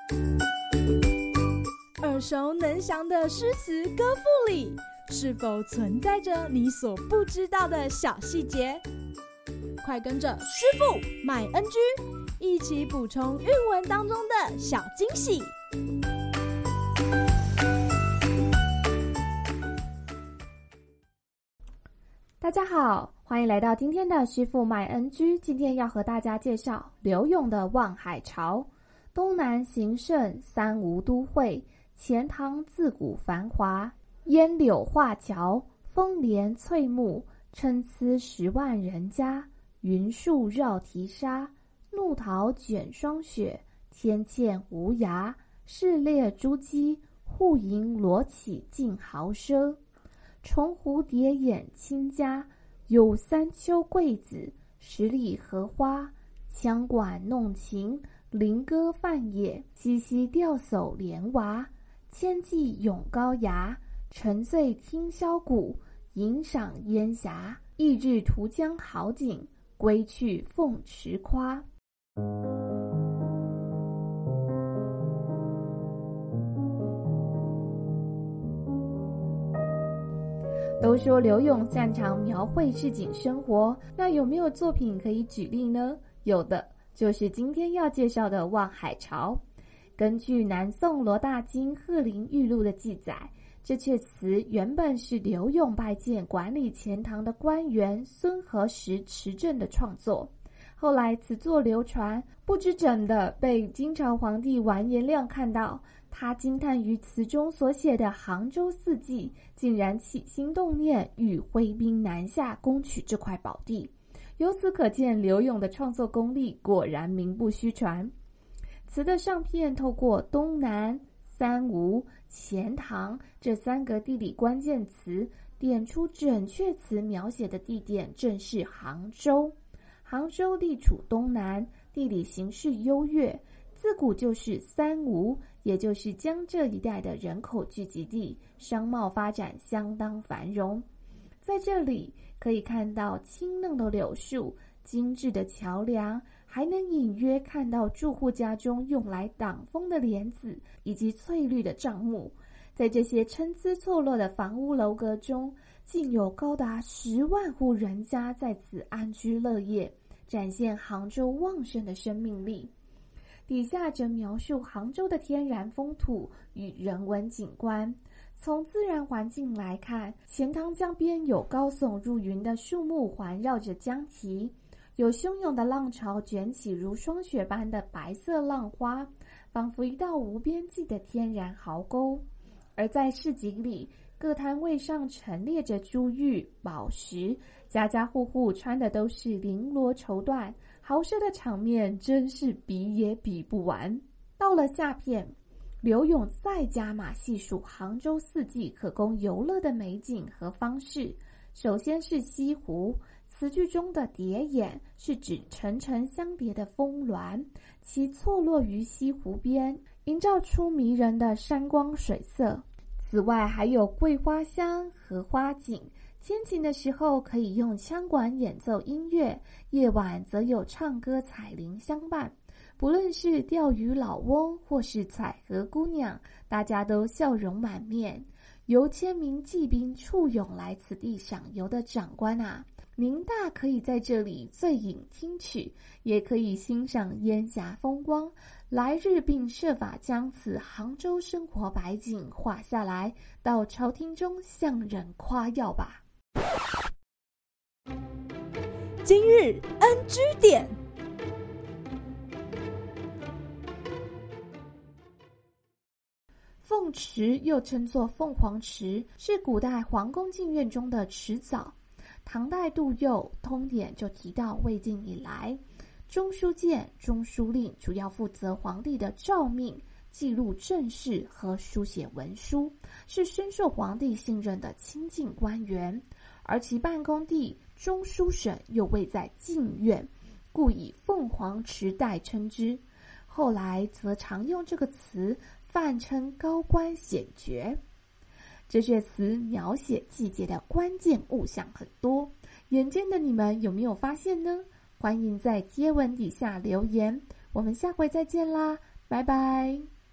耳熟能详的诗词歌赋里，是否存在着你所不知道的小细节？快跟着师傅麦恩居一起补充韵文当中的小惊喜。 大家好，欢迎来到今天的师傅麦恩居。今天要和大家介绍柳永的《望海潮》。东南形胜，三吴都会，钱塘自古繁华。烟柳画桥，风帘翠幕，参差10万人家。云树绕堤沙，怒涛卷霜雪。天堑无涯，市列珠玑，户盈罗绮尽豪奢。重蝴蝶眼亲家，有三秋桂子，10里荷花。羌管弄琴，菱歌泛野，嬉嬉钓叟莲娃。千骑咏高崖，沉醉听箫鼓，吟赏烟霞。翌日图江好景，归去凤池夸。都说柳永擅长描绘市井生活，那有没有作品可以举例呢？有的，就是今天要介绍的《望海潮》。根据南宋罗大经《鹤林玉录》的记载，这阙词原本是柳永拜见管理钱塘的官员孙和时持政的创作。后来词作流传，不知怎的被金朝皇帝完颜亮看到，他惊叹于词中所写的杭州四季，竟然起心动念欲挥兵南下攻取这块宝地。由此可见，柳永的创作功力果然名不虚传。词的上片透过东南、三吴、钱塘这3个地理关键词，点出整阙词描写的地点正是杭州。杭州地处东南，地理形势优越，自古就是三吴，也就是江浙一带的人口聚集地，商贸发展相当繁荣。在这里可以看到青嫩的柳树、精致的桥梁，还能隐约看到住户家中用来挡风的帘子以及翠绿的帐幕。在这些参差错落的房屋楼阁中，竟有高达10万户人家在此安居乐业，展现杭州旺盛的生命力。底下则描述杭州的天然风土与人文景观。从自然环境来看，钱塘江边有高耸入云的树木环绕着江堤，有汹涌的浪潮卷起如霜雪般的白色浪花，仿佛一道无边际的天然壕沟。而在市井里，各摊位上陈列着珠玉、宝石，家家户户穿的都是绫罗绸缎，豪奢的场面真是比也比不完。到了下片，柳永再加码细数杭州四季可供游乐的美景和方式。首先是西湖，词句中的叠眼是指层层相叠的峰峦，其错落于西湖边，营造出迷人的山光水色。此外还有桂花香、荷花景，天晴的时候可以用羌管演奏音乐，夜晚则有唱歌彩铃相伴。不论是钓鱼老翁或是采荷姑娘，大家都笑容满面。由千名骑兵簇拥来此地赏游的长官啊，您大可以在这里醉饮听曲，也可以欣赏烟霞风光。来日并设法将此杭州生活百景画下来，到朝廷中向人夸耀吧。 今日 NG 点。 凤池又称作凤凰池，是古代皇宫禁苑中的池藻。唐代杜佑通典就提到，魏晋以来，中书监、中书令主要负责皇帝的诏命、记录政事和书写文书，是深受皇帝信任的亲近官员。而其办公地中书省又位在禁苑，故以凤凰池代称之。后来则常用这个词泛称高官显爵。这阙词描写季节的关键物象很多，眼尖的你们有没有发现呢？欢迎在贴文底下留言，我们下回再见啦，拜拜。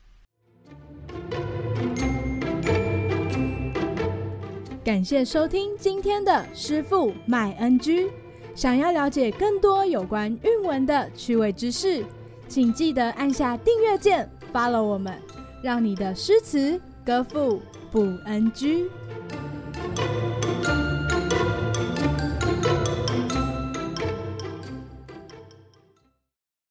感谢收听今天的师傅麦 NG。想要了解更多有关韵文的趣味知识，请记得按下订阅键 ，follow 我们，让你的诗词歌赋不 NG。